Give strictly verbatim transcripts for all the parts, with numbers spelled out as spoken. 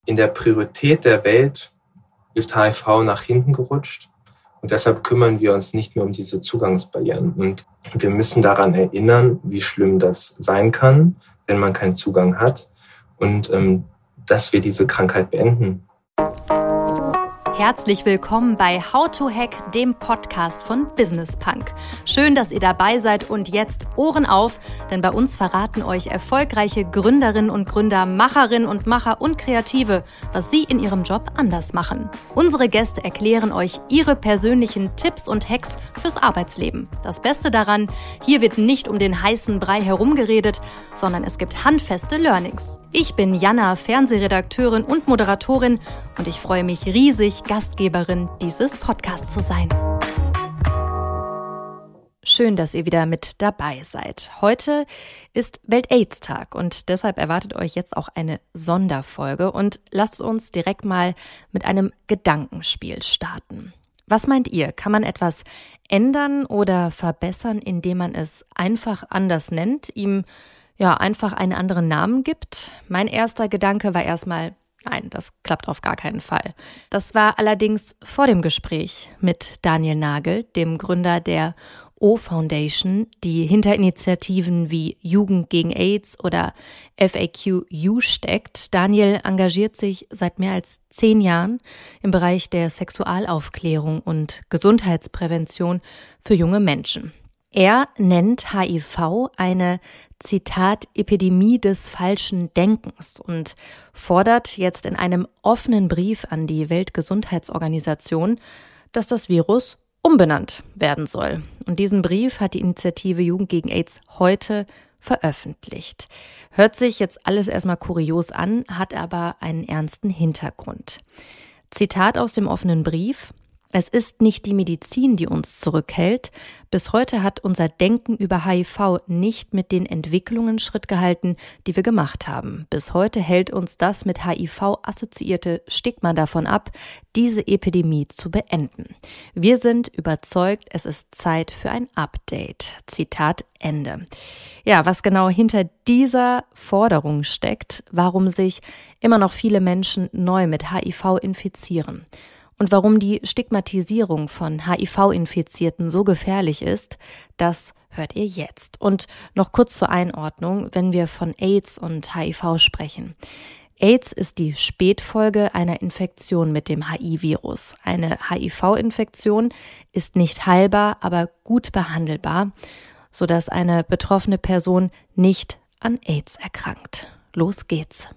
in der Priorität der Welt ist H I V nach hinten gerutscht. Und deshalb kümmern wir uns nicht mehr um diese Zugangsbarrieren. Und wir müssen daran erinnern, wie schlimm das sein kann, wenn man keinen Zugang hat. Und ähm, dass wir diese Krankheit beenden. Herzlich willkommen bei How to Hack, dem Podcast von Business Punk. Schön, dass ihr dabei seid und jetzt Ohren auf, denn bei uns verraten euch erfolgreiche Gründerinnen und Gründer, Macherinnen und Macher und Kreative, was sie in ihrem Job anders machen. Unsere Gäste erklären euch ihre persönlichen Tipps und Hacks fürs Arbeitsleben. Das Beste daran, hier wird nicht um den heißen Brei herumgeredet, sondern es gibt handfeste Learnings. Ich bin Jana, Fernsehredakteurin und Moderatorin und ich freue mich riesig, Gastgeberin dieses Podcasts zu sein. Schön, dass ihr wieder mit dabei seid. Heute ist Welt-Aids-Tag und deshalb erwartet euch jetzt auch eine Sonderfolge und lasst uns direkt mal mit einem Gedankenspiel starten. Was meint ihr? Kann man etwas ändern oder verbessern, indem man es einfach anders nennt, ihm ja einfach einen anderen Namen gibt? Mein erster Gedanke war erstmal, nein, das klappt auf gar keinen Fall. Das war allerdings vor dem Gespräch mit Daniel Nagel, dem Gründer der O-Foundation, die hinter Initiativen wie Jugend gegen AIDS oder F A Q U steckt. Daniel engagiert sich seit mehr als zehn Jahren im Bereich der Sexualaufklärung und Gesundheitsprävention für junge Menschen. Er nennt H I V eine, Zitat, Epidemie des falschen Denkens und fordert jetzt in einem offenen Brief an die Weltgesundheitsorganisation, dass das Virus umbenannt werden soll. Und diesen Brief hat die Initiative Jugend gegen AIDS heute veröffentlicht. Hört sich jetzt alles erstmal kurios an, hat aber einen ernsten Hintergrund. Zitat aus dem offenen Brief: Es ist nicht die Medizin, die uns zurückhält. Bis heute hat unser Denken über H I V nicht mit den Entwicklungen Schritt gehalten, die wir gemacht haben. Bis heute hält uns das mit H I V assoziierte Stigma davon ab, diese Epidemie zu beenden. Wir sind überzeugt, es ist Zeit für ein Update. Zitat Ende. Ja, was genau hinter dieser Forderung steckt, warum sich immer noch viele Menschen neu mit H I V infizieren. Und warum die Stigmatisierung von H I V-Infizierten so gefährlich ist, das hört ihr jetzt. Und noch kurz zur Einordnung, wenn wir von AIDS und H I V sprechen. AIDS ist die Spätfolge einer Infektion mit dem H I-Virus. Eine H I V-Infektion ist nicht heilbar, aber gut behandelbar, sodass eine betroffene Person nicht an AIDS erkrankt. Los geht's.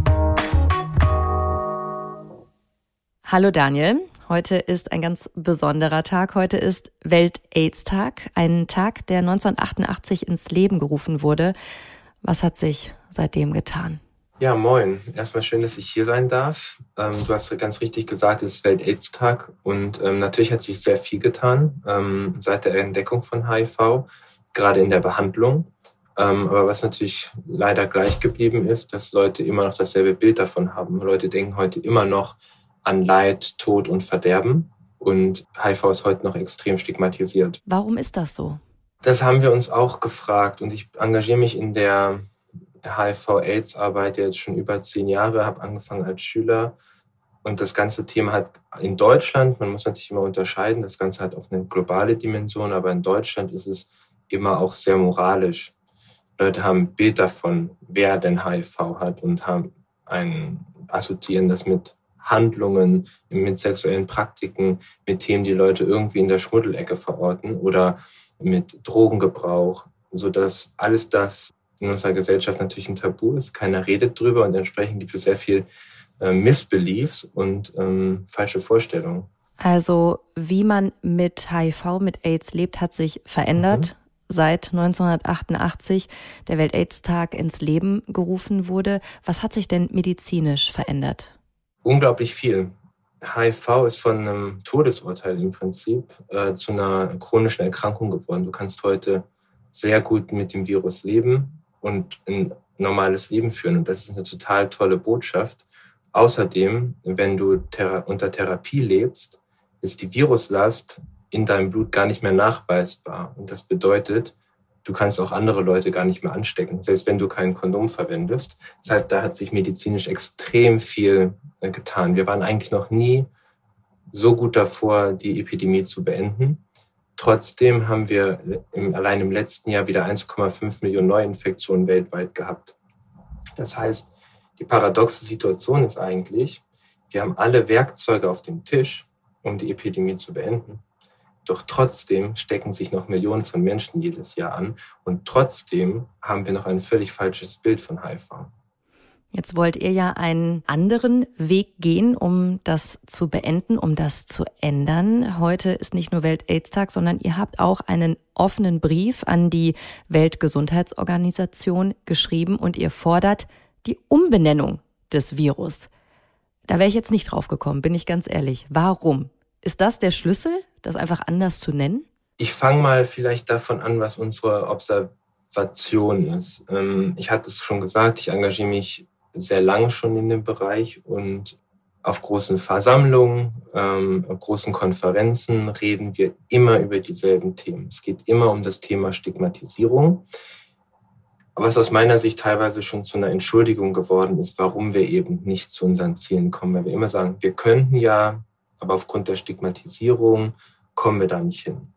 Hallo Daniel, heute ist ein ganz besonderer Tag. Heute ist Welt-Aids-Tag, ein Tag, der neunzehnhundertachtundachtzig ins Leben gerufen wurde. Was hat sich seitdem getan? Ja, moin. Erstmal schön, dass ich hier sein darf. Ähm, du hast ganz richtig gesagt, es ist Welt-Aids-Tag und ähm, natürlich hat sich sehr viel getan ähm, seit der Entdeckung von H I V, gerade in der Behandlung. Ähm, aber was natürlich leider gleich geblieben ist, dass Leute immer noch dasselbe Bild davon haben. Leute denken heute immer noch an Leid, Tod und Verderben. Und H I V ist heute noch extrem stigmatisiert. Warum ist das so? Das haben wir uns auch gefragt. Und ich engagiere mich in der H I V-Aids-Arbeit jetzt schon über zehn Jahre, habe angefangen als Schüler. Und das ganze Thema hat in Deutschland, man muss natürlich immer unterscheiden, das Ganze hat auch eine globale Dimension, aber in Deutschland ist es immer auch sehr moralisch. Leute haben ein Bild davon, wer denn H I V hat und haben ein, assoziieren das mit Handlungen, mit sexuellen Praktiken, mit Themen, die Leute irgendwie in der Schmuddelecke verorten oder mit Drogengebrauch, sodass alles das in unserer Gesellschaft natürlich ein Tabu ist. Keiner redet drüber und entsprechend gibt es sehr viel äh, Missbeliefs und ähm, falsche Vorstellungen. Also wie man mit H I V, mit AIDS lebt, hat sich verändert. Mhm. Seit neunzehnhundertachtundachtzig der Welt-Aids-Tag ins Leben gerufen wurde. Was hat sich denn medizinisch verändert? Unglaublich viel. H I V ist von einem Todesurteil im Prinzip äh, zu einer chronischen Erkrankung geworden. Du kannst heute sehr gut mit dem Virus leben und ein normales Leben führen. Und das ist eine total tolle Botschaft. Außerdem, wenn du thera- unter Therapie lebst, ist die Viruslast in deinem Blut gar nicht mehr nachweisbar. Und das bedeutet, du kannst auch andere Leute gar nicht mehr anstecken, selbst wenn du kein Kondom verwendest. Das heißt, da hat sich medizinisch extrem viel getan. Wir waren eigentlich noch nie so gut davor, die Epidemie zu beenden. Trotzdem haben wir im, allein im letzten Jahr wieder eins Komma fünf Millionen Neuinfektionen weltweit gehabt. Das heißt, die paradoxe Situation ist eigentlich, wir haben alle Werkzeuge auf dem Tisch, um die Epidemie zu beenden. Doch trotzdem stecken sich noch Millionen von Menschen jedes Jahr an. Und trotzdem haben wir noch ein völlig falsches Bild von H I V. Jetzt wollt ihr ja einen anderen Weg gehen, um das zu beenden, um das zu ändern. Heute ist nicht nur Welt-Aids-Tag, sondern ihr habt auch einen offenen Brief an die Weltgesundheitsorganisation geschrieben und ihr fordert die Umbenennung des Virus. Da wäre ich jetzt nicht drauf gekommen, bin ich ganz ehrlich. Warum? Ist das der Schlüssel, das einfach anders zu nennen? Ich fange mal vielleicht davon an, was unsere Observation ist. Ich hatte es schon gesagt, ich engagiere mich sehr lange schon in dem Bereich und auf großen Versammlungen, ähm, auf großen Konferenzen reden wir immer über dieselben Themen. Es geht immer um das Thema Stigmatisierung, was aus meiner Sicht teilweise schon zu einer Entschuldigung geworden ist, warum wir eben nicht zu unseren Zielen kommen. Weil wir immer sagen, wir könnten ja, aber aufgrund der Stigmatisierung kommen wir da nicht hin.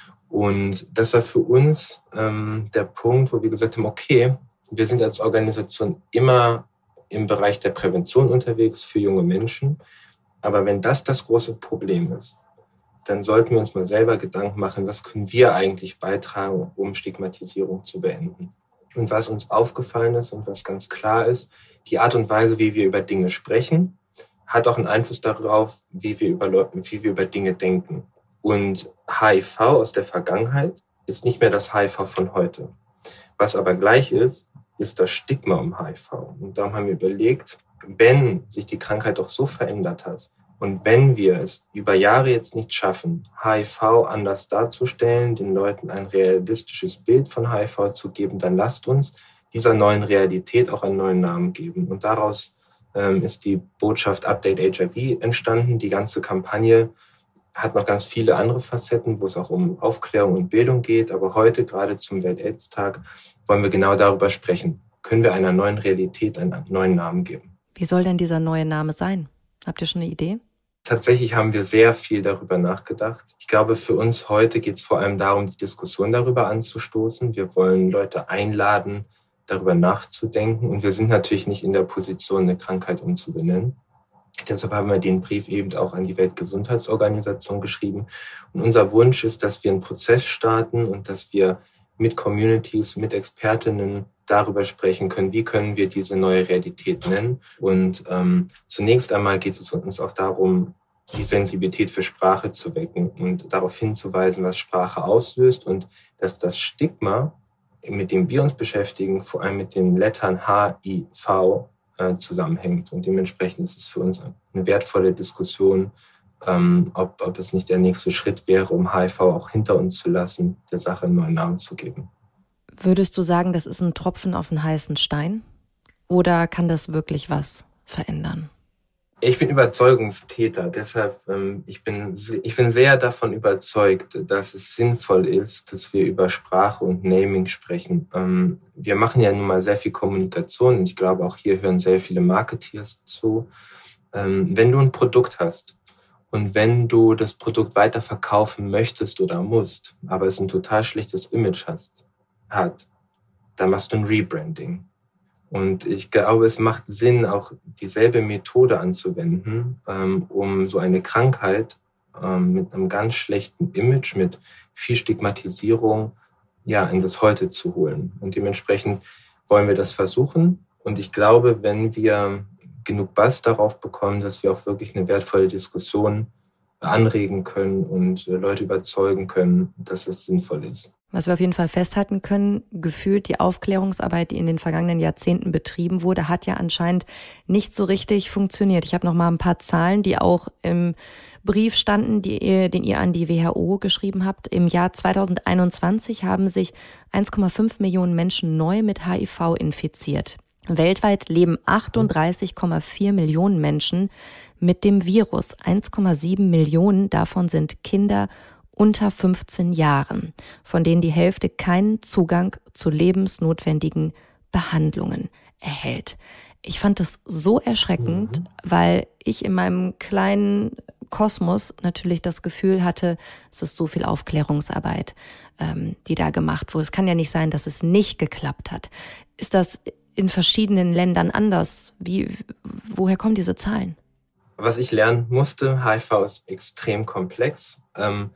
Und das war für uns ähm, der Punkt, wo wir gesagt haben, okay, wir sind als Organisation immer im Bereich der Prävention unterwegs für junge Menschen. Aber wenn das das große Problem ist, dann sollten wir uns mal selber Gedanken machen, was können wir eigentlich beitragen, um Stigmatisierung zu beenden. Und was uns aufgefallen ist und was ganz klar ist, die Art und Weise, wie wir über Dinge sprechen, hat auch einen Einfluss darauf, wie wir über, wie wir über Dinge denken. Und H I V aus der Vergangenheit ist nicht mehr das H I V von heute. Was aber gleich ist, ist das Stigma um H I V. Und darum haben wir überlegt, wenn sich die Krankheit doch so verändert hat und wenn wir es über Jahre jetzt nicht schaffen, H I V anders darzustellen, den Leuten ein realistisches Bild von H I V zu geben, dann lasst uns dieser neuen Realität auch einen neuen Namen geben. Und daraus ähm, ist die Botschaft Update H I V entstanden. Die ganze Kampagne hat noch ganz viele andere Facetten, wo es auch um Aufklärung und Bildung geht. Aber heute, gerade zum Welt-Aids-Tag, wollen wir genau darüber sprechen. Können wir einer neuen Realität einen neuen Namen geben? Wie soll denn dieser neue Name sein? Habt ihr schon eine Idee? Tatsächlich haben wir sehr viel darüber nachgedacht. Ich glaube, für uns heute geht es vor allem darum, die Diskussion darüber anzustoßen. Wir wollen Leute einladen, darüber nachzudenken. Und wir sind natürlich nicht in der Position, eine Krankheit umzubenennen. Deshalb haben wir den Brief eben auch an die Weltgesundheitsorganisation geschrieben. Und unser Wunsch ist, dass wir einen Prozess starten und dass wir mit Communities, mit Expertinnen darüber sprechen können, wie können wir diese neue Realität nennen. Und ähm, zunächst einmal geht es uns auch darum, die Sensibilität für Sprache zu wecken und darauf hinzuweisen, was Sprache auslöst und dass das Stigma, mit dem wir uns beschäftigen, vor allem mit den Lettern H I V, äh, zusammenhängt. Und dementsprechend ist es für uns eine wertvolle Diskussion, ähm, ob, ob es nicht der nächste Schritt wäre, um H I V auch hinter uns zu lassen, der Sache einen neuen Namen zu geben. Würdest du sagen, das ist ein Tropfen auf einen heißen Stein? Oder kann das wirklich was verändern? Ich bin Überzeugungstäter, deshalb ähm, ich bin ich bin sehr davon überzeugt, dass es sinnvoll ist, dass wir über Sprache und Naming sprechen. Ähm, wir machen ja nun mal sehr viel Kommunikation und ich glaube, auch hier hören sehr viele Marketeers zu. Ähm, wenn du ein Produkt hast und wenn du das Produkt weiter verkaufen möchtest oder musst, aber es ein total schlechtes Image hast, hat, dann machst du ein Rebranding. Und ich glaube, es macht Sinn, auch dieselbe Methode anzuwenden, ähm, um so eine Krankheit ähm, mit einem ganz schlechten Image, mit viel Stigmatisierung, ja, in das Heute zu holen. Und dementsprechend wollen wir das versuchen. Und ich glaube, wenn wir genug Bass darauf bekommen, dass wir auch wirklich eine wertvolle Diskussion anregen können und Leute überzeugen können, dass es sinnvoll ist. Was wir auf jeden Fall festhalten können, gefühlt die Aufklärungsarbeit, die in den vergangenen Jahrzehnten betrieben wurde, hat ja anscheinend nicht so richtig funktioniert. Ich habe noch mal ein paar Zahlen, die auch im Brief standen, die ihr, den ihr an die W H O geschrieben habt. Im Jahr zweitausendeinundzwanzig haben sich eins Komma fünf Millionen Menschen neu mit H I V infiziert. Weltweit leben achtunddreißig Komma vier Millionen Menschen mit dem Virus. eins Komma sieben Millionen davon sind Kinder unter fünfzehn Jahren, von denen die Hälfte keinen Zugang zu lebensnotwendigen Behandlungen erhält. Ich fand das so erschreckend, mhm. weil ich in meinem kleinen Kosmos natürlich das Gefühl hatte, es ist so viel Aufklärungsarbeit, ähm, die da gemacht wurde. Es kann ja nicht sein, dass es nicht geklappt hat. Ist das in verschiedenen Ländern anders? Wie, woher kommen diese Zahlen? Was ich lernen musste, H I V ist extrem komplex. Ähm,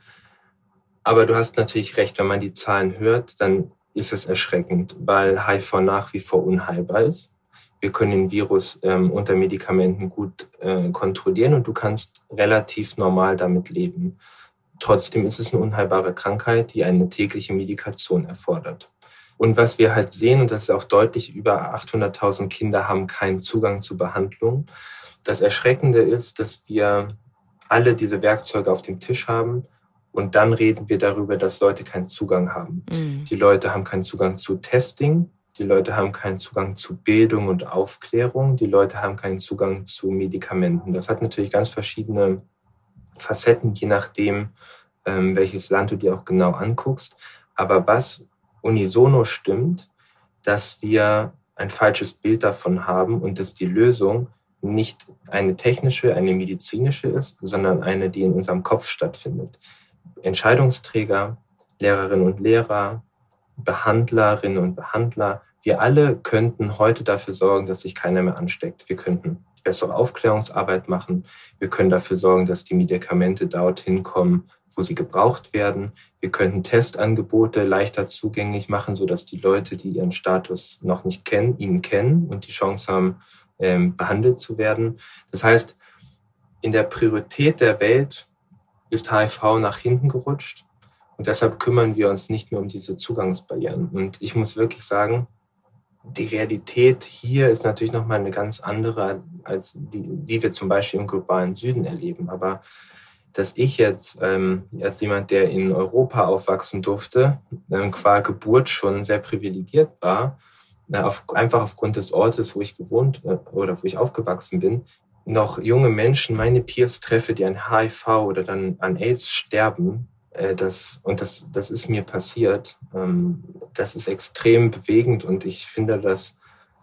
aber du hast natürlich recht, wenn man die Zahlen hört, dann ist es erschreckend, weil H I V nach wie vor unheilbar ist. Wir können den Virus ähm, unter Medikamenten gut äh, kontrollieren und du kannst relativ normal damit leben. Trotzdem ist es eine unheilbare Krankheit, die eine tägliche Medikation erfordert. Und was wir halt sehen, und das ist auch deutlich, über achthunderttausend Kinder haben keinen Zugang zu Behandlung. Das Erschreckende ist, dass wir alle diese Werkzeuge auf dem Tisch haben und dann reden wir darüber, dass Leute keinen Zugang haben. Mhm. Die Leute haben keinen Zugang zu Testing, die Leute haben keinen Zugang zu Bildung und Aufklärung, die Leute haben keinen Zugang zu Medikamenten. Das hat natürlich ganz verschiedene Facetten, je nachdem, ähm, welches Land du dir auch genau anguckst. Aber was unisono stimmt, dass wir ein falsches Bild davon haben und dass die Lösung nicht eine technische, eine medizinische ist, sondern eine, die in unserem Kopf stattfindet. Entscheidungsträger, Lehrerinnen und Lehrer, Behandlerinnen und Behandler, wir alle könnten heute dafür sorgen, dass sich keiner mehr ansteckt. Wir könnten bessere Aufklärungsarbeit machen. Wir können dafür sorgen, dass die Medikamente dorthin kommen, wo sie gebraucht werden. Wir könnten Testangebote leichter zugänglich machen, sodass die Leute, die ihren Status noch nicht kennen, ihn kennen und die Chance haben, ähm, behandelt zu werden. Das heißt, in der Priorität der Welt ist H I V nach hinten gerutscht und deshalb kümmern wir uns nicht mehr um diese Zugangsbarrieren. Und ich muss wirklich sagen, die Realität hier ist natürlich nochmal eine ganz andere, als die, die wir zum Beispiel im globalen Süden erleben. Aber dass ich jetzt ähm, als jemand, der in Europa aufwachsen durfte, ähm, qua Geburt schon sehr privilegiert war, äh, auf, einfach aufgrund des Ortes, wo ich gewohnt äh, oder wo ich aufgewachsen bin, noch junge Menschen, meine Peers treffe, die an H I V oder dann an AIDS sterben, äh, das, und das, das ist mir passiert, ähm, das ist extrem bewegend und ich finde, das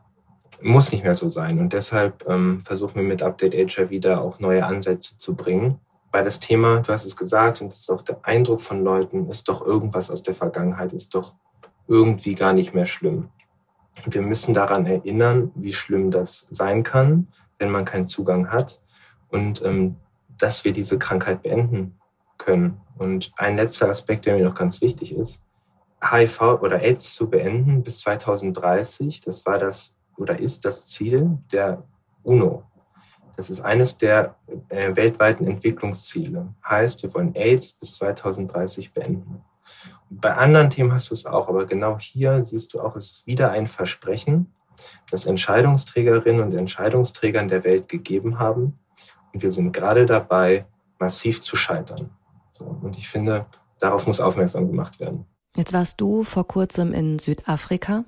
muss nicht mehr so sein. Und deshalb ähm, versuchen wir mit Update H I V da auch neue Ansätze zu bringen. Weil das Thema, du hast es gesagt, und das ist auch der Eindruck von Leuten, ist doch irgendwas aus der Vergangenheit, ist doch irgendwie gar nicht mehr schlimm. Wir müssen daran erinnern, wie schlimm das sein kann, wenn man keinen Zugang hat und ähm, dass wir diese Krankheit beenden können. Und ein letzter Aspekt, der mir noch ganz wichtig ist, H I V oder AIDS zu beenden bis zweitausenddreißig, das war das oder ist das Ziel der UNO. Das ist eines der äh, weltweiten Entwicklungsziele. Heißt, wir wollen AIDS bis zweitausenddreißig beenden. Und bei anderen Themen hast du es auch, aber genau hier siehst du auch, es ist wieder ein Versprechen, das Entscheidungsträgerinnen und Entscheidungsträgern der Welt gegeben haben. Und wir sind gerade dabei, massiv zu scheitern. So, und ich finde, darauf muss aufmerksam gemacht werden. Jetzt warst du vor kurzem in Südafrika.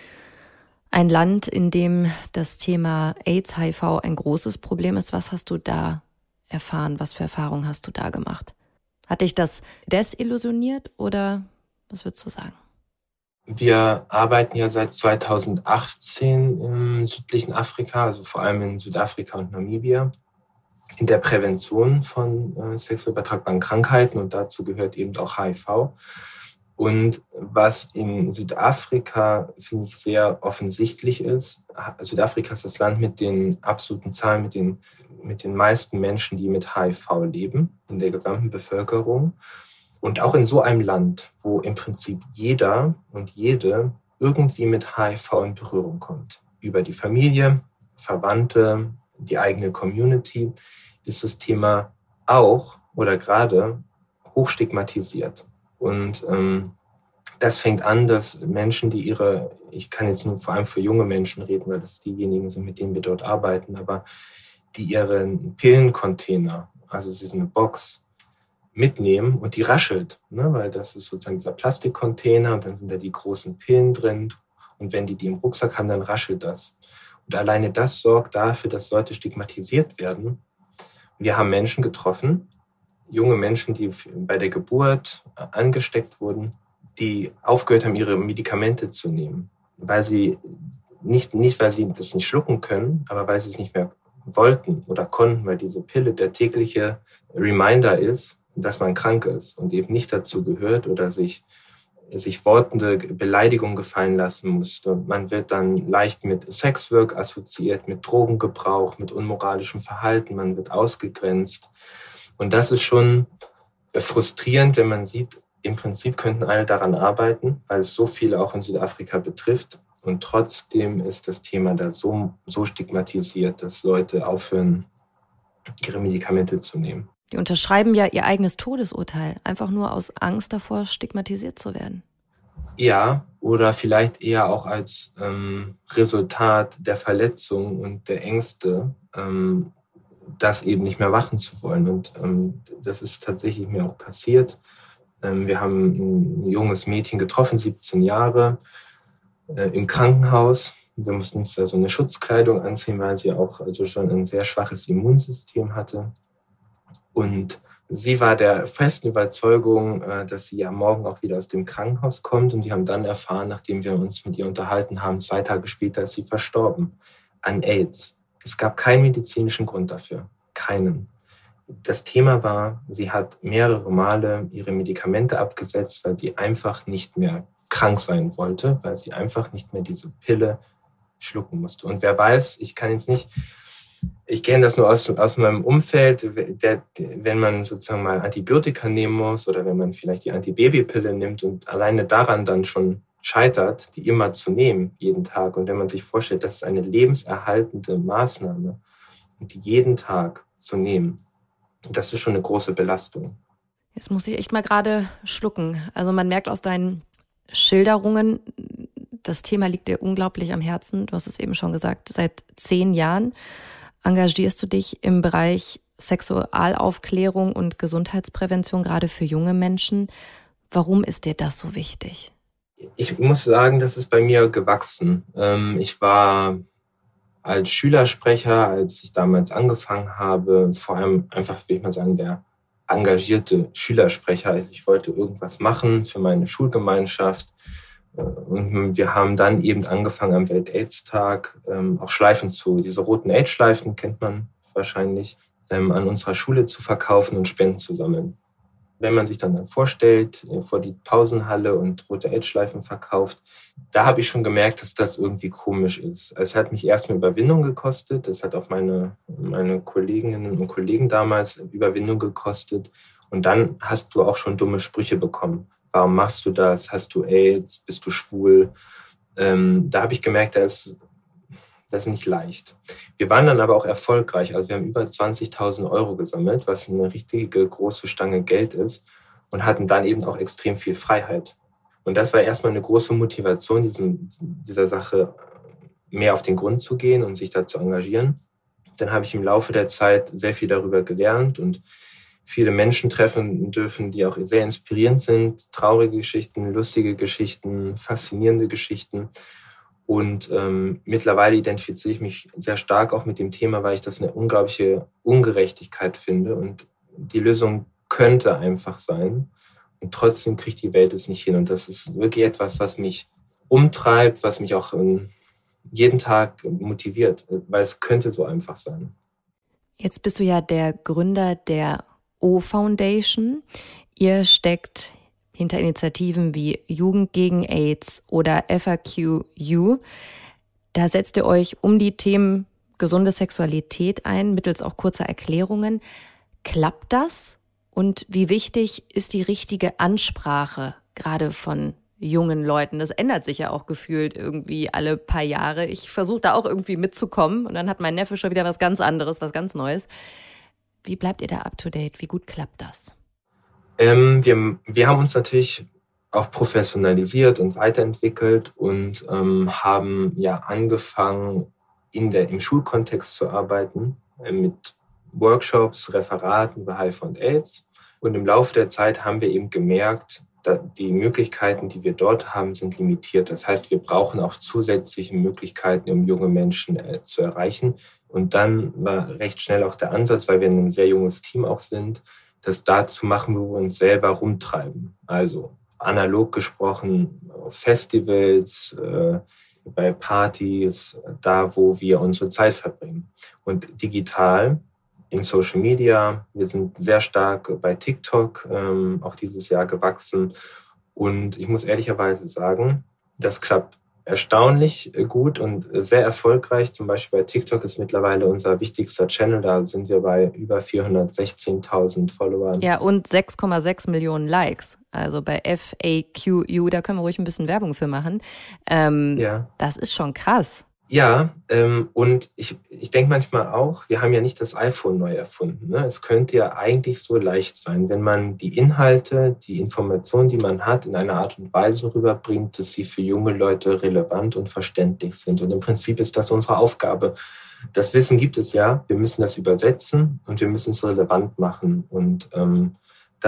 Ein Land, in dem das Thema AIDS, H I V ein großes Problem ist. Was hast du da erfahren? Was für Erfahrungen hast du da gemacht? Hat dich das desillusioniert oder was würdest du sagen? Wir arbeiten ja seit zweitausendachtzehn im südlichen Afrika, also vor allem in Südafrika und Namibia, in der Prävention von äh, sexuell übertragbaren Krankheiten und dazu gehört eben auch H I V. Und was in Südafrika, finde ich, sehr offensichtlich ist, Südafrika ist das Land mit den absoluten Zahlen, mit den, mit den meisten Menschen, die mit H I V leben, in der gesamten Bevölkerung. Und auch in so einem Land, wo im Prinzip jeder und jede irgendwie mit H I V in Berührung kommt. Über die Familie, Verwandte, die eigene Community, ist das Thema auch oder gerade hochstigmatisiert. Und ähm, das fängt an, dass Menschen, die ihre, ich kann jetzt nur vor allem für junge Menschen reden, weil das diejenigen sind, mit denen wir dort arbeiten, aber die ihren Pillencontainer, also es ist eine Box, mitnehmen und die raschelt, ne? Weil das ist sozusagen dieser Plastikcontainer und dann sind da die großen Pillen drin und wenn die die im Rucksack haben, dann raschelt das. Und alleine das sorgt dafür, dass Leute stigmatisiert werden. Wir haben Menschen getroffen, junge Menschen, die bei der Geburt angesteckt wurden, die aufgehört haben, ihre Medikamente zu nehmen, weil sie nicht, nicht weil sie das nicht schlucken können, aber weil sie es nicht mehr wollten oder konnten, weil diese Pille der tägliche Reminder ist, dass man krank ist und eben nicht dazu gehört oder sich, sich wortende Beleidigungen gefallen lassen musste. Man wird dann leicht mit Sexwork assoziiert, mit Drogengebrauch, mit unmoralischem Verhalten, man wird ausgegrenzt. Und das ist schon frustrierend, wenn man sieht, im Prinzip könnten alle daran arbeiten, weil es so viele auch in Südafrika betrifft. Und trotzdem ist das Thema da so, so stigmatisiert, dass Leute aufhören, ihre Medikamente zu nehmen. Die unterschreiben ja ihr eigenes Todesurteil, einfach nur aus Angst davor, stigmatisiert zu werden. Ja, oder vielleicht eher auch als ähm, Resultat der Verletzung und der Ängste, ähm, das eben nicht mehr machen zu wollen. Und ähm, das ist tatsächlich mir auch passiert. Ähm, wir haben ein junges Mädchen getroffen, siebzehn Jahre, äh, im Krankenhaus. Wir mussten uns da so eine Schutzkleidung anziehen, weil sie auch also schon ein sehr schwaches Immunsystem hatte. Und sie war der festen Überzeugung, dass sie ja morgen auch wieder aus dem Krankenhaus kommt. Und die haben dann erfahren, nachdem wir uns mit ihr unterhalten haben, zwei Tage später ist sie verstorben an AIDS. Es gab keinen medizinischen Grund dafür. Keinen. Das Thema war, sie hat mehrere Male ihre Medikamente abgesetzt, weil sie einfach nicht mehr krank sein wollte, weil sie einfach nicht mehr diese Pille schlucken musste. Und wer weiß, ich kann jetzt nicht... Ich kenne das nur aus, aus meinem Umfeld, der, wenn man sozusagen mal Antibiotika nehmen muss oder wenn man vielleicht die Antibabypille nimmt und alleine daran dann schon scheitert, die immer zu nehmen, jeden Tag. Und wenn man sich vorstellt, das ist eine lebenserhaltende Maßnahme, die jeden Tag zu nehmen, das ist schon eine große Belastung. Jetzt muss ich echt mal gerade schlucken. Also man merkt aus deinen Schilderungen, das Thema liegt dir unglaublich am Herzen. Du hast es eben schon gesagt, seit zehn Jahren engagierst du dich im Bereich Sexualaufklärung und Gesundheitsprävention, gerade für junge Menschen. Warum ist dir das so wichtig? Ich muss sagen, das ist bei mir gewachsen. Ich war als Schülersprecher, als ich damals angefangen habe, vor allem einfach, will ich mal sagen, der engagierte Schülersprecher. Also ich wollte irgendwas machen für meine Schulgemeinschaft. Und wir haben dann eben angefangen am Welt-AIDS-Tag ähm, auch Schleifen zu, diese roten AIDS-Schleifen kennt man wahrscheinlich, ähm, an unserer Schule zu verkaufen und Spenden zu sammeln. Wenn man sich dann, dann vorstellt, äh, vor die Pausenhalle und rote AIDS-Schleifen verkauft, da habe ich schon gemerkt, dass das irgendwie komisch ist. Es hat mich erstmal Überwindung gekostet, es hat auch meine, meine Kolleginnen und Kollegen damals Überwindung gekostet. Und dann hast du auch schon dumme Sprüche bekommen. Warum machst du das? Hast du AIDS? Bist du schwul? Ähm, da habe ich gemerkt, das ist, das ist nicht leicht. Wir waren dann aber auch erfolgreich. Also wir haben über zwanzigtausend Euro gesammelt, was eine richtige große Stange Geld ist und hatten dann eben auch extrem viel Freiheit. Und das war erstmal eine große Motivation, diesem, dieser Sache mehr auf den Grund zu gehen und sich da zu engagieren. Dann habe ich im Laufe der Zeit sehr viel darüber gelernt und viele Menschen treffen dürfen, die auch sehr inspirierend sind. Traurige Geschichten, lustige Geschichten, faszinierende Geschichten. Und ähm, mittlerweile identifiziere ich mich sehr stark auch mit dem Thema, weil ich das eine unglaubliche Ungerechtigkeit finde. Und die Lösung könnte einfach sein. Und trotzdem kriegt die Welt es nicht hin. Und das ist wirklich etwas, was mich umtreibt, was mich auch ähm, jeden Tag motiviert, weil es könnte so einfach sein. Jetzt bist du ja der Gründer der O-Foundation. Ihr steckt hinter Initiativen wie Jugend gegen AIDS oder F A Q U. Da setzt ihr euch um die Themen gesunde Sexualität ein, mittels auch kurzer Erklärungen. Klappt das? Und wie wichtig ist die richtige Ansprache, gerade von jungen Leuten? Das ändert sich ja auch gefühlt irgendwie alle paar Jahre. Ich versuche da auch irgendwie mitzukommen und dann hat mein Neffe schon wieder was ganz anderes, was ganz Neues. Wie bleibt ihr da up to date? Wie gut klappt das? Ähm, wir, wir haben uns natürlich auch professionalisiert und weiterentwickelt und ähm, haben ja angefangen, in der, im Schulkontext zu arbeiten, äh, mit Workshops, Referaten über H I V und AIDS. Und im Laufe der Zeit haben wir eben gemerkt, dass die Möglichkeiten, die wir dort haben, sind limitiert. Das heißt, wir brauchen auch zusätzliche Möglichkeiten, um junge Menschen äh, zu erreichen. Und dann war recht schnell auch der Ansatz, weil wir ein sehr junges Team auch sind, das da zu machen, wo wir uns selber rumtreiben. Also analog gesprochen, auf Festivals, äh, bei Partys, da, wo wir unsere Zeit verbringen. Und digital in Social Media, wir sind sehr stark bei TikTok, ähm, auch dieses Jahr gewachsen. Und ich muss ehrlicherweise sagen, das klappt erstaunlich gut und sehr erfolgreich. Zum Beispiel bei TikTok ist mittlerweile unser wichtigster Channel. Da sind wir bei über vierhundertsechzehntausend Followern. Ja, und sechs Komma sechs Millionen Likes. Also bei F A Q U, da können wir ruhig ein bisschen Werbung für machen. Ähm, ja. Das ist schon krass. Ja, ähm, und ich, ich denke manchmal auch, wir haben ja nicht das iPhone neu erfunden. Ne? Es könnte ja eigentlich so leicht sein, wenn man die Inhalte, die Informationen, die man hat, in einer Art und Weise rüberbringt, dass sie für junge Leute relevant und verständlich sind. Und im Prinzip ist das unsere Aufgabe. Das Wissen gibt es ja, wir müssen das übersetzen und wir müssen es relevant machen. Und ähm,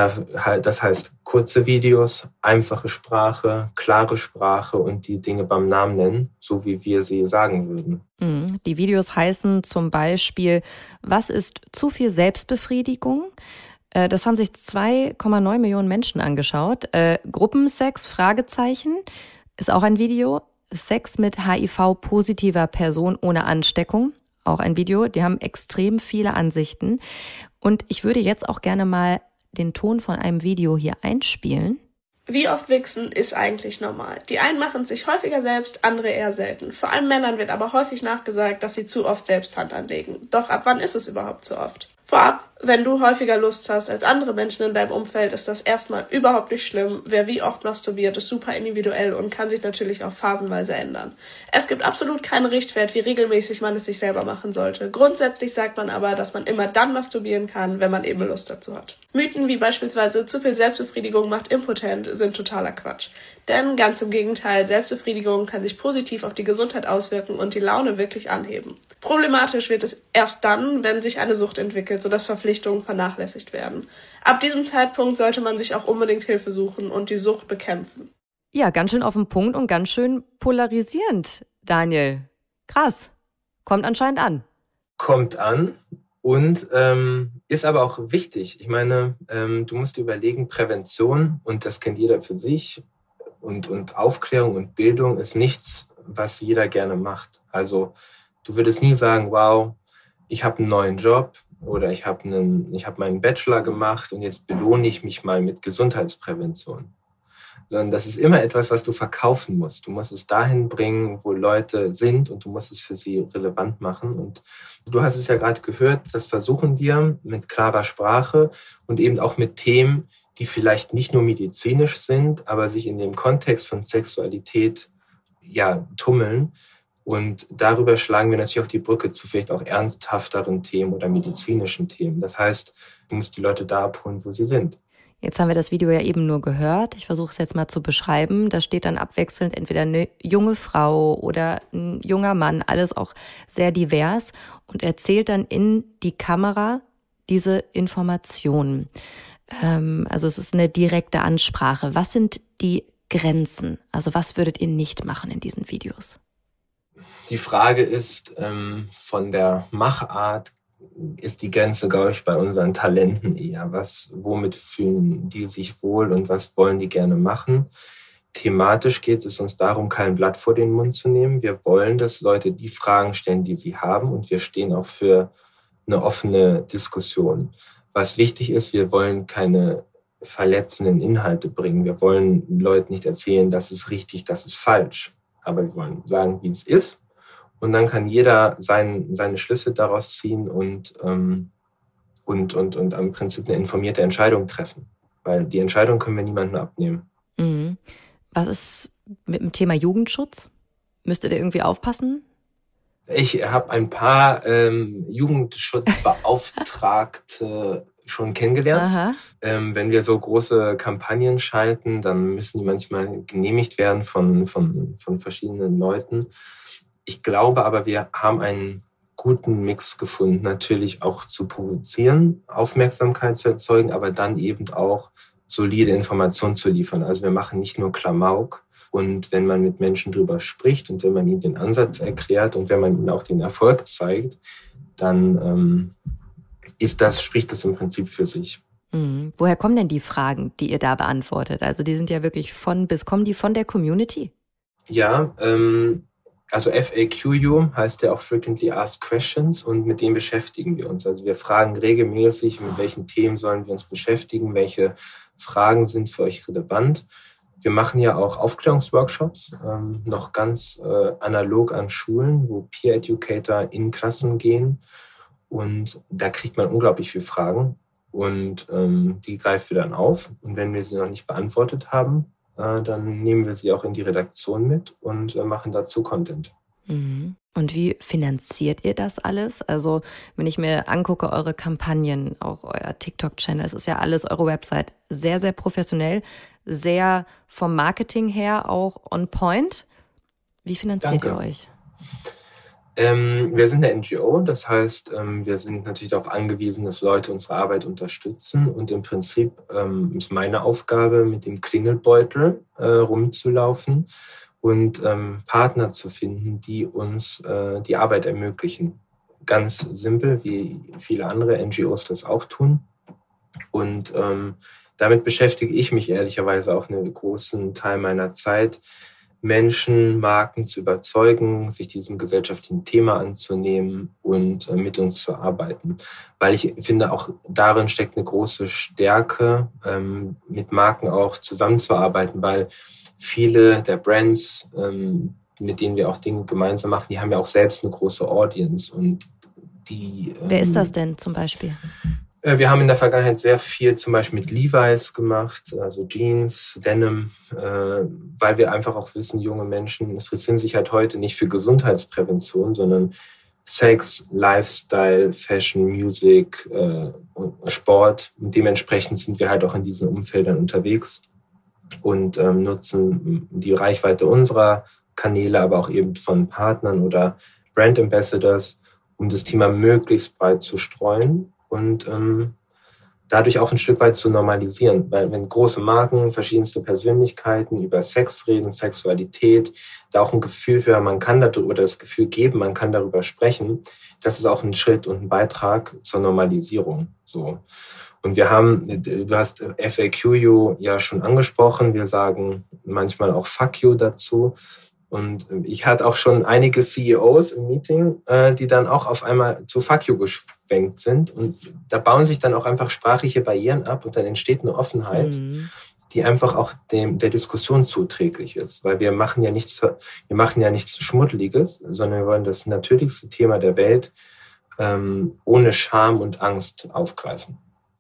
das heißt kurze Videos, einfache Sprache, klare Sprache und die Dinge beim Namen nennen, so wie wir sie sagen würden. Die Videos heißen zum Beispiel, was ist zu viel Selbstbefriedigung? Das haben sich zwei Komma neun Millionen Menschen angeschaut. Gruppensex, Fragezeichen, ist auch ein Video. Sex mit H I V-positiver Person ohne Ansteckung, auch ein Video. Die haben extrem viele Ansichten. Und ich würde jetzt auch gerne mal den Ton von einem Video hier einspielen. Wie oft wichsen ist eigentlich normal. Die einen machen es sich häufiger selbst, andere eher selten. Vor allem Männern wird aber häufig nachgesagt, dass sie zu oft selbst Hand anlegen. Doch ab wann ist es überhaupt zu oft? Vorab, wenn du häufiger Lust hast als andere Menschen in deinem Umfeld, ist das erstmal überhaupt nicht schlimm. Wer wie oft masturbiert, ist super individuell und kann sich natürlich auch phasenweise ändern. Es gibt absolut keinen Richtwert, wie regelmäßig man es sich selber machen sollte. Grundsätzlich sagt man aber, dass man immer dann masturbieren kann, wenn man eben Lust dazu hat. Mythen wie beispielsweise zu viel Selbstbefriedigung macht impotent sind totaler Quatsch. Denn ganz im Gegenteil, Selbstbefriedigung kann sich positiv auf die Gesundheit auswirken und die Laune wirklich anheben. Problematisch wird es erst dann, wenn sich eine Sucht entwickelt, sodass Verpflichtungen vernachlässigt werden. Ab diesem Zeitpunkt sollte man sich auch unbedingt Hilfe suchen und die Sucht bekämpfen. Ja, ganz schön auf den Punkt und ganz schön polarisierend, Daniel. Krass. Kommt anscheinend an. Kommt an und ähm, ist aber auch wichtig. Ich meine, ähm, du musst dir überlegen, Prävention, und das kennt jeder für sich, und, und Aufklärung und Bildung ist nichts, was jeder gerne macht. Also du würdest nie sagen, wow, ich habe einen neuen Job oder ich habe einen, ich habe meinen Bachelor gemacht und jetzt belohne ich mich mal mit Gesundheitsprävention. Sondern das ist immer etwas, was du verkaufen musst. Du musst es dahin bringen, wo Leute sind und du musst es für sie relevant machen. Und du hast es ja gerade gehört, das versuchen wir mit klarer Sprache und eben auch mit Themen, die vielleicht nicht nur medizinisch sind, aber sich in dem Kontext von Sexualität ja tummeln. Und darüber schlagen wir natürlich auch die Brücke zu vielleicht auch ernsthafteren Themen oder medizinischen Themen. Das heißt, du musst die Leute da abholen, wo sie sind. Jetzt haben wir das Video ja eben nur gehört. Ich versuche es jetzt mal zu beschreiben. Da steht dann abwechselnd entweder eine junge Frau oder ein junger Mann, alles auch sehr divers, und erzählt dann in die Kamera diese Informationen. Ähm, also es ist eine direkte Ansprache. Was sind die Grenzen? Also was würdet ihr nicht machen in diesen Videos? Die Frage ist, ähm, von der Machart ist die Grenze, glaube ich, bei unseren Talenten eher. Was, womit fühlen die sich wohl und was wollen die gerne machen? Thematisch geht es uns darum, kein Blatt vor den Mund zu nehmen. Wir wollen, dass Leute die Fragen stellen, die sie haben, und wir stehen auch für eine offene Diskussion. Was wichtig ist, wir wollen keine verletzenden Inhalte bringen. Wir wollen Leuten nicht erzählen, das ist richtig, das ist falsch. Aber wir wollen sagen, wie es ist. Und dann kann jeder sein, seine Schlüsse daraus ziehen und, ähm, und, und, und im Prinzip eine informierte Entscheidung treffen. Weil die Entscheidung können wir niemandem abnehmen. Mhm. Was ist mit dem Thema Jugendschutz? Müsstet ihr irgendwie aufpassen? Ich habe ein paar ähm, Jugendschutzbeauftragte schon kennengelernt. Ähm, wenn wir so große Kampagnen schalten, dann müssen die manchmal genehmigt werden von, von, von verschiedenen Leuten. Ich glaube aber, wir haben einen guten Mix gefunden, natürlich auch zu provozieren, Aufmerksamkeit zu erzeugen, aber dann eben auch solide Informationen zu liefern. Also wir machen nicht nur Klamauk. Und wenn man mit Menschen drüber spricht und wenn man ihnen den Ansatz erklärt und wenn man ihnen auch den Erfolg zeigt, dann ähm, ist das, spricht das im Prinzip für sich. Mhm. Woher kommen denn die Fragen, die ihr da beantwortet? Also die sind ja wirklich von bis, kommen die von der Community? Ja, ähm, also F A Q U heißt ja auch Frequently Asked Questions und mit dem beschäftigen wir uns. Also wir fragen regelmäßig, mit welchen Themen sollen wir uns beschäftigen, welche Fragen sind für euch relevant. Wir machen ja auch Aufklärungsworkshops, ähm, noch ganz äh, analog an Schulen, wo Peer Educator in Klassen gehen und da kriegt man unglaublich viele Fragen und ähm, die greifen wir dann auf und wenn wir sie noch nicht beantwortet haben, dann nehmen wir sie auch in die Redaktion mit und machen dazu Content. Mhm. Und wie finanziert ihr das alles? Also wenn ich mir angucke, eure Kampagnen, auch euer TikTok-Channel, es ist ja alles, eure Website, sehr, sehr professionell, sehr vom Marketing her auch on point. Wie finanziert Danke. ihr euch? Ähm, wir sind eine N G O, das heißt, ähm, wir sind natürlich darauf angewiesen, dass Leute unsere Arbeit unterstützen. Und im Prinzip ähm, ist meine Aufgabe, mit dem Klingelbeutel äh, rumzulaufen und ähm, Partner zu finden, die uns äh, die Arbeit ermöglichen. Ganz simpel, wie viele andere N G Os das auch tun. Und ähm, damit beschäftige ich mich ehrlicherweise auch einen großen Teil meiner Zeit, Menschen, Marken zu überzeugen, sich diesem gesellschaftlichen Thema anzunehmen und äh, mit uns zu arbeiten. Weil ich finde, auch darin steckt eine große Stärke, ähm, mit Marken auch zusammenzuarbeiten, weil viele der Brands, ähm, mit denen wir auch Dinge gemeinsam machen, die haben ja auch selbst eine große Audience. Und die, ähm, Wer ist das denn zum Beispiel? Wir haben in der Vergangenheit sehr viel zum Beispiel mit Levi's gemacht, also Jeans, Denim, äh, weil wir einfach auch wissen, junge Menschen interessieren sich halt heute nicht für Gesundheitsprävention, sondern Sex, Lifestyle, Fashion, Music, äh, und Sport. Und dementsprechend sind wir halt auch in diesen Umfeldern unterwegs und ähm, nutzen die Reichweite unserer Kanäle, aber auch eben von Partnern oder Brand Ambassadors, um das Thema möglichst breit zu streuen und ähm, dadurch auch ein Stück weit zu normalisieren. Weil wenn große Marken, verschiedenste Persönlichkeiten über Sex reden, Sexualität, da auch ein Gefühl für, man kann darüber, oder das Gefühl geben, man kann darüber sprechen, das ist auch ein Schritt und ein Beitrag zur Normalisierung. So. Und wir haben, du hast F A Q U ja schon angesprochen, wir sagen manchmal auch Fuck you dazu. Und ich hatte auch schon einige C E Os im Meeting, die dann auch auf einmal zu Fuck you geschwenkt sind. Und da bauen sich dann auch einfach sprachliche Barrieren ab und dann entsteht eine Offenheit, mhm. die einfach auch dem, der Diskussion zuträglich ist. Weil wir machen ja nichts, wir machen ja nichts Schmuddeliges, sondern wir wollen das natürlichste Thema der Welt ähm, ohne Scham und Angst aufgreifen.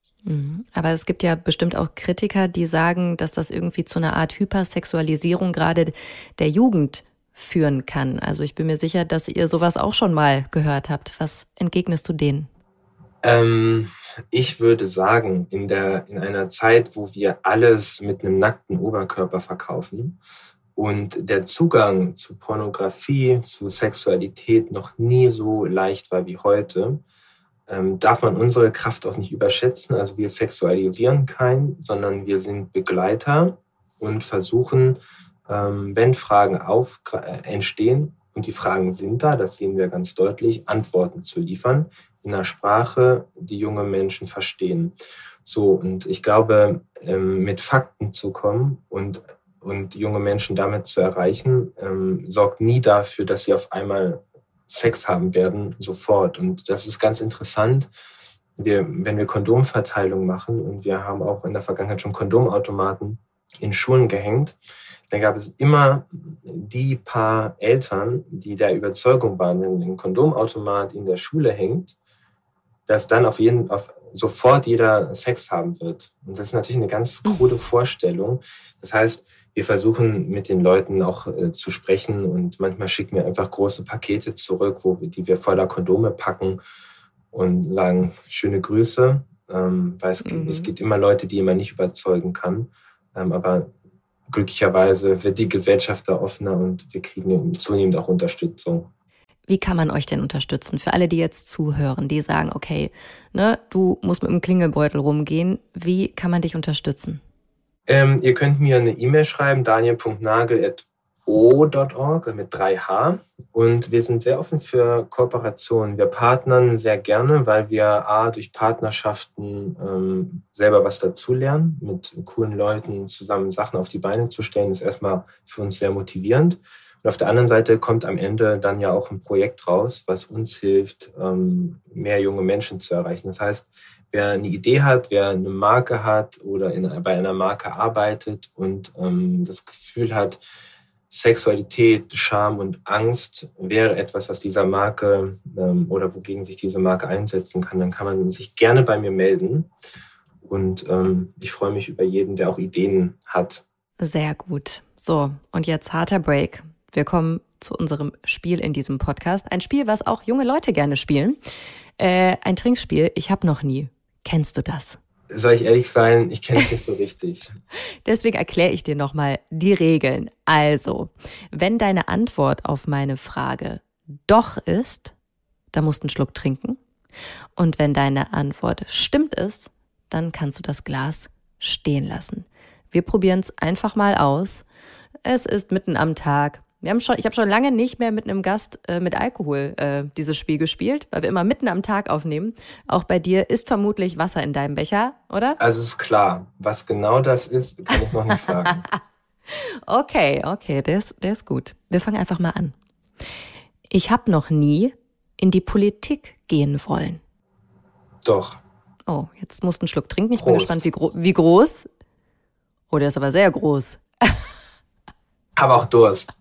Aber es gibt ja bestimmt auch Kritiker, die sagen, dass das irgendwie zu einer Art Hypersexualisierung gerade der Jugend führen kann. Also ich bin mir sicher, dass ihr sowas auch schon mal gehört habt. Was entgegnest du denen? Ähm, ich würde sagen, in der, in einer Zeit, wo wir alles mit einem nackten Oberkörper verkaufen und der Zugang zu Pornografie, zu Sexualität noch nie so leicht war wie heute, Ähm, darf man unsere Kraft auch nicht überschätzen. Also wir sexualisieren keinen, sondern wir sind Begleiter und versuchen, ähm, wenn Fragen auf, äh, entstehen, und die Fragen sind da, das sehen wir ganz deutlich, Antworten zu liefern in einer Sprache, die junge Menschen verstehen. So, und ich glaube, ähm, mit Fakten zu kommen und, und junge Menschen damit zu erreichen, ähm, sorgt nie dafür, dass sie auf einmal Sex haben werden, sofort. Und das ist ganz interessant. Wir, wenn wir Kondomverteilung machen, und wir haben auch in der Vergangenheit schon Kondomautomaten in Schulen gehängt, dann gab es immer die paar Eltern, die der Überzeugung waren, wenn ein Kondomautomat in der Schule hängt, dass dann auf jeden, auf sofort jeder Sex haben wird. Und das ist natürlich eine ganz krude Vorstellung. Das heißt, wir versuchen mit den Leuten auch äh, zu sprechen und manchmal schicken wir einfach große Pakete zurück, wo wir, die wir voller Kondome packen und sagen, schöne Grüße, ähm, weil es, mhm. es gibt immer Leute, die man nicht überzeugen kann, ähm, aber glücklicherweise wird die Gesellschaft da offener und wir kriegen zunehmend auch Unterstützung. Wie kann man euch denn unterstützen? Für alle, die jetzt zuhören, die sagen, okay, ne, du musst mit dem Klingelbeutel rumgehen, wie kann man dich unterstützen? Ähm, ihr könnt mir eine E-Mail schreiben, daniel punkt nagel at o Punkt org mit drei H. Und wir sind sehr offen für Kooperationen. Wir partnern sehr gerne, weil wir A, durch Partnerschaften ähm, selber was dazulernen, mit coolen Leuten zusammen Sachen auf die Beine zu stellen, ist erstmal für uns sehr motivierend. Und auf der anderen Seite kommt am Ende dann ja auch ein Projekt raus, was uns hilft, ähm, mehr junge Menschen zu erreichen. Das heißt, wer eine Idee hat, wer eine Marke hat oder in, bei einer Marke arbeitet und ähm, das Gefühl hat, Sexualität, Scham und Angst wäre etwas, was dieser Marke ähm, oder wogegen sich diese Marke einsetzen kann, dann kann man sich gerne bei mir melden. Und ähm, ich freue mich über jeden, der auch Ideen hat. Sehr gut. So, und jetzt harter Break. Wir kommen zu unserem Spiel in diesem Podcast. Ein Spiel, was auch junge Leute gerne spielen. Äh, ein Trinkspiel. Ich habe noch nie. Kennst du das? Soll ich ehrlich sein, ich kenne es nicht so richtig. Deswegen erkläre ich dir nochmal die Regeln. Also, wenn deine Antwort auf meine Frage doch ist, dann musst du einen Schluck trinken. Und wenn deine Antwort stimmt ist, dann kannst du das Glas stehen lassen. Wir probieren es einfach mal aus. Es ist mitten am Tag. Wir haben schon, ich habe schon lange nicht mehr mit einem Gast äh, mit Alkohol äh, dieses Spiel gespielt, weil wir immer mitten am Tag aufnehmen. Auch bei dir ist vermutlich Wasser in deinem Becher, oder? Also ist klar, was genau das ist, kann ich noch nicht sagen. Okay, okay, der ist, der ist gut. Wir fangen einfach mal an. Ich habe noch nie in die Politik gehen wollen. Doch. Oh, jetzt musst du einen Schluck trinken. Ich Prost. bin gespannt, wie, gro- wie groß. Oh, der ist aber sehr groß. Aber auch Durst.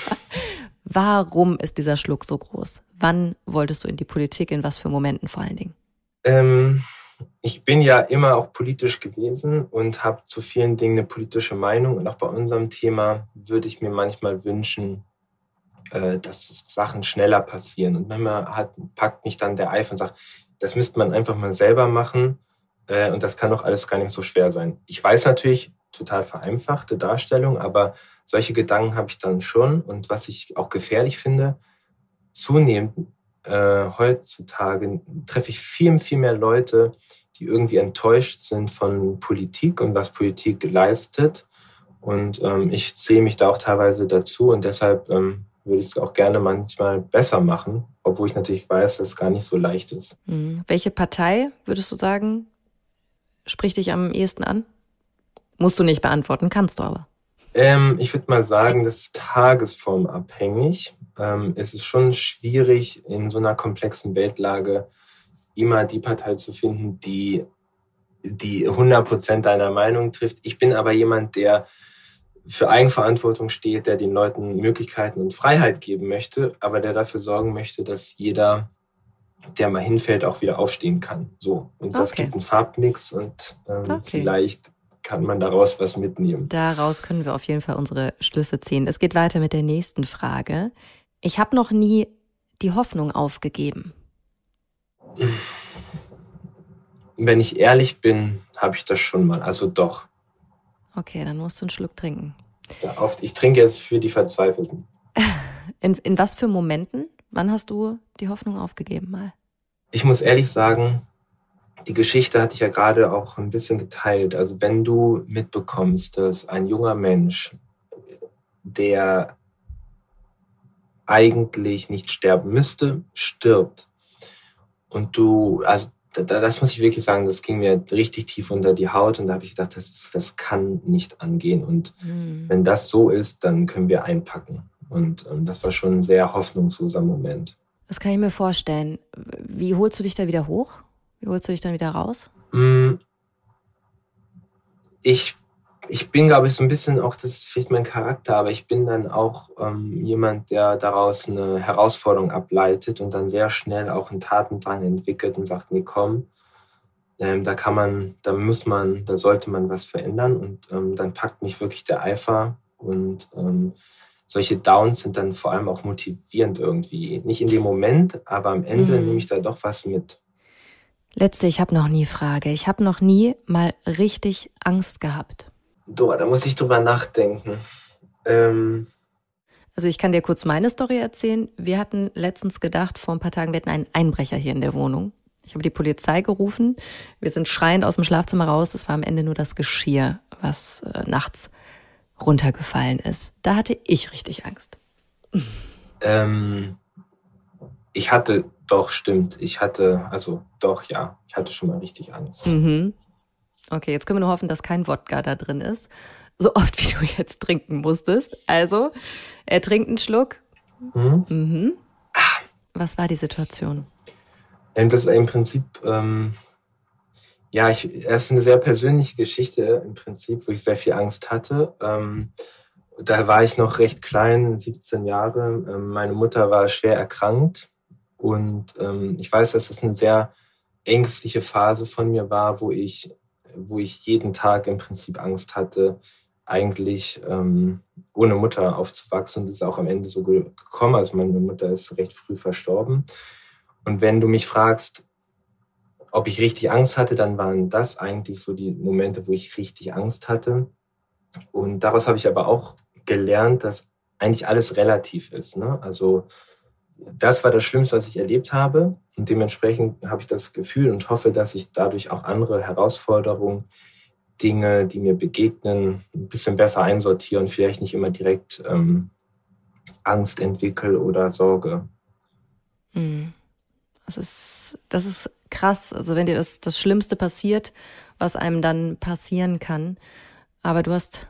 Warum ist dieser Schluck so groß? Wann wolltest du in die Politik? In was für Momenten vor allen Dingen? Ähm, ich bin ja immer auch politisch gewesen und habe zu vielen Dingen eine politische Meinung. Und auch bei unserem Thema würde ich mir manchmal wünschen, äh, dass Sachen schneller passieren. Und manchmal hat, packt mich dann der Eifer und sagt, das müsste man einfach mal selber machen. Äh, und das kann doch alles gar nicht so schwer sein. Ich weiß natürlich, total vereinfachte Darstellung, aber solche Gedanken habe ich dann schon. Und was ich auch gefährlich finde, zunehmend äh, heutzutage treffe ich viel, viel mehr Leute, die irgendwie enttäuscht sind von Politik und was Politik leistet. Und ähm, ich zähle mich da auch teilweise dazu und deshalb ähm, würde ich es auch gerne manchmal besser machen, obwohl ich natürlich weiß, dass es gar nicht so leicht ist. Mhm. Welche Partei, würdest du sagen, spricht dich am ehesten an? Musst du nicht beantworten, kannst du aber. Ähm, ich würde mal sagen, das ist tagesformabhängig. Ähm, es ist schon schwierig, in so einer komplexen Weltlage immer die Partei zu finden, die, die hundert Prozent deiner Meinung trifft. Ich bin aber jemand, der für Eigenverantwortung steht, der den Leuten Möglichkeiten und Freiheit geben möchte, aber der dafür sorgen möchte, dass jeder, der mal hinfällt, auch wieder aufstehen kann. So. Und das Okay. gibt einen Farbmix und ähm, Okay. vielleicht kann man daraus was mitnehmen. Daraus können wir auf jeden Fall unsere Schlüsse ziehen. Es geht weiter mit der nächsten Frage. Ich habe noch nie die Hoffnung aufgegeben. Wenn ich ehrlich bin, habe ich das schon mal. Also doch. Okay, dann musst du einen Schluck trinken. Ja, oft. Ich trinke jetzt für die Verzweifelten. In, in was für Momenten? Wann hast du die Hoffnung aufgegeben mal? Ich muss ehrlich sagen, die Geschichte hatte ich ja gerade auch ein bisschen geteilt. Also wenn du mitbekommst, dass ein junger Mensch, der eigentlich nicht sterben müsste, stirbt. Und du, also das muss ich wirklich sagen, das ging mir richtig tief unter die Haut. Und da habe ich gedacht, das, das kann nicht angehen. Und Hm. wenn das so ist, dann können wir einpacken. Und ähm, das war schon ein sehr hoffnungsloser Moment. Das kann ich mir vorstellen. Wie holst du dich da wieder hoch? Wie holst du dich dann wieder raus? Ich, ich bin, glaube ich, so ein bisschen auch, das ist vielleicht mein Charakter, aber ich bin dann auch ähm, jemand, der daraus eine Herausforderung ableitet und dann sehr schnell auch einen Tatendrang entwickelt und sagt, nee, komm, ähm, da kann man, da muss man, da sollte man was verändern und ähm, dann packt mich wirklich der Eifer und ähm, solche Downs sind dann vor allem auch motivierend irgendwie. Nicht in dem Moment, aber am Ende Mhm. nehme ich da doch was mit. Letzte, ich habe noch nie Frage. Ich habe noch nie mal richtig Angst gehabt. So, da muss ich drüber nachdenken. Ähm, Also ich kann dir kurz meine Story erzählen. Wir hatten letztens gedacht, vor ein paar Tagen, wir hätten einen Einbrecher hier in der Wohnung. Ich habe die Polizei gerufen. Wir sind schreiend aus dem Schlafzimmer raus. Es war am Ende nur das Geschirr, was äh, nachts runtergefallen ist. Da hatte ich richtig Angst. Ähm, ich hatte, doch, stimmt. Ich hatte, also doch, ja, ich hatte schon mal richtig Angst. Mhm. Okay, jetzt können wir nur hoffen, dass kein Wodka da drin ist. So oft, wie du jetzt trinken musstest. Also, er trinkt einen Schluck. Mhm. Mhm. Was war die Situation? Das ist im Prinzip, ähm, ja, ich, es ist eine sehr persönliche Geschichte im Prinzip, wo ich sehr viel Angst hatte. Ähm, da war ich noch recht klein, siebzehn Jahre. Ähm, meine Mutter war schwer erkrankt und ähm, ich weiß, dass es eine sehr ängstliche Phase von mir war, wo ich, wo ich jeden Tag im Prinzip Angst hatte, eigentlich ähm, ohne Mutter aufzuwachsen. Und das ist auch am Ende so gekommen. Also meine Mutter ist recht früh verstorben. Und wenn du mich fragst, ob ich richtig Angst hatte, dann waren das eigentlich so die Momente, wo ich richtig Angst hatte. Und daraus habe ich aber auch gelernt, dass eigentlich alles relativ ist, ne? Also das war das Schlimmste, was ich erlebt habe. Und dementsprechend habe ich das Gefühl und hoffe, dass ich dadurch auch andere Herausforderungen, Dinge, die mir begegnen, ein bisschen besser einsortiere und vielleicht nicht immer direkt ähm, Angst entwickle oder Sorge. Mhm. Das ist, das ist krass. Also wenn dir das, das Schlimmste passiert, was einem dann passieren kann. Aber du hast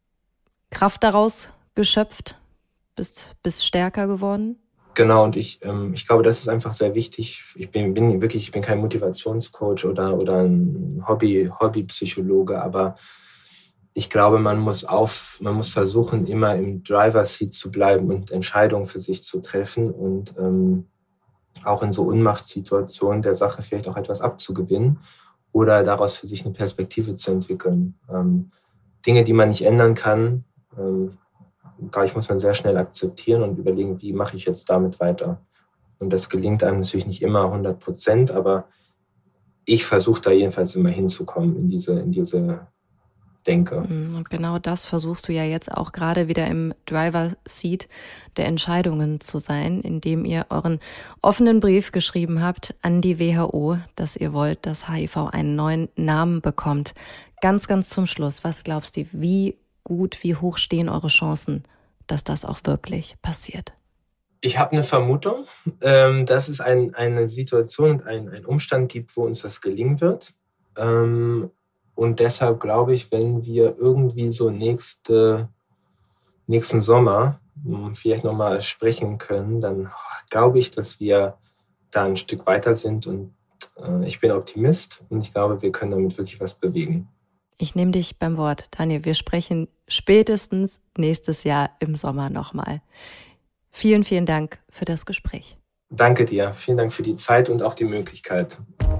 Kraft daraus geschöpft, bist, bist stärker geworden. Genau, und ich, ähm, ich glaube, das ist einfach sehr wichtig. Ich bin, bin wirklich, ich bin kein Motivationscoach oder, oder ein Hobby, Hobbypsychologe, aber ich glaube, man muss auf, man muss versuchen, immer im Driver-Seat zu bleiben und Entscheidungen für sich zu treffen und ähm, auch in so Unmachtssituationen der Sache vielleicht auch etwas abzugewinnen oder daraus für sich eine Perspektive zu entwickeln. Ähm, Dinge, die man nicht ändern kann, ähm, glaube ich, muss man sehr schnell akzeptieren und überlegen, wie mache ich jetzt damit weiter. Und das gelingt einem natürlich nicht immer hundert Prozent, aber ich versuche da jedenfalls immer hinzukommen in diese, in diese Denke. Und genau das versuchst du ja jetzt auch gerade wieder im Driver-Seat der Entscheidungen zu sein, indem ihr euren offenen Brief geschrieben habt an die W H O, dass ihr wollt, dass H I V einen neuen Namen bekommt. Ganz, ganz zum Schluss, was glaubst du, wie gut, wie hoch stehen eure Chancen, dass das auch wirklich passiert? Ich habe eine Vermutung, ähm, dass es ein, eine Situation und ein, ein Umstand gibt, wo uns das gelingen wird. Ähm, Und deshalb glaube ich, wenn wir irgendwie so nächste, nächsten Sommer vielleicht nochmal sprechen können, dann glaube ich, dass wir da ein Stück weiter sind. Und äh, ich bin Optimist und ich glaube, wir können damit wirklich was bewegen. Ich nehme dich beim Wort, Daniel. Wir sprechen spätestens nächstes Jahr im Sommer nochmal. Vielen, vielen Dank für das Gespräch. Danke dir. Vielen Dank für die Zeit und auch die Möglichkeit.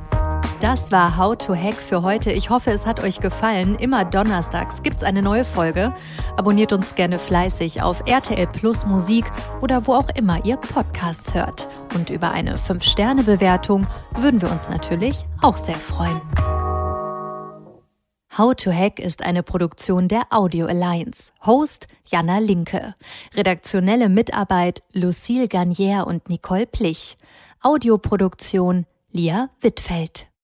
Das war How to Hack für heute. Ich hoffe, es hat euch gefallen. Immer donnerstags gibt's eine neue Folge. Abonniert uns gerne fleißig auf R T L Plus Musik oder wo auch immer ihr Podcasts hört. Und über eine fünf Sterne Bewertung würden wir uns natürlich auch sehr freuen. How to Hack ist eine Produktion der Audio Alliance. Host Jana Linke. Redaktionelle Mitarbeit Lucille Garnier und Nicole Plich. Audioproduktion Lia Wittfeld.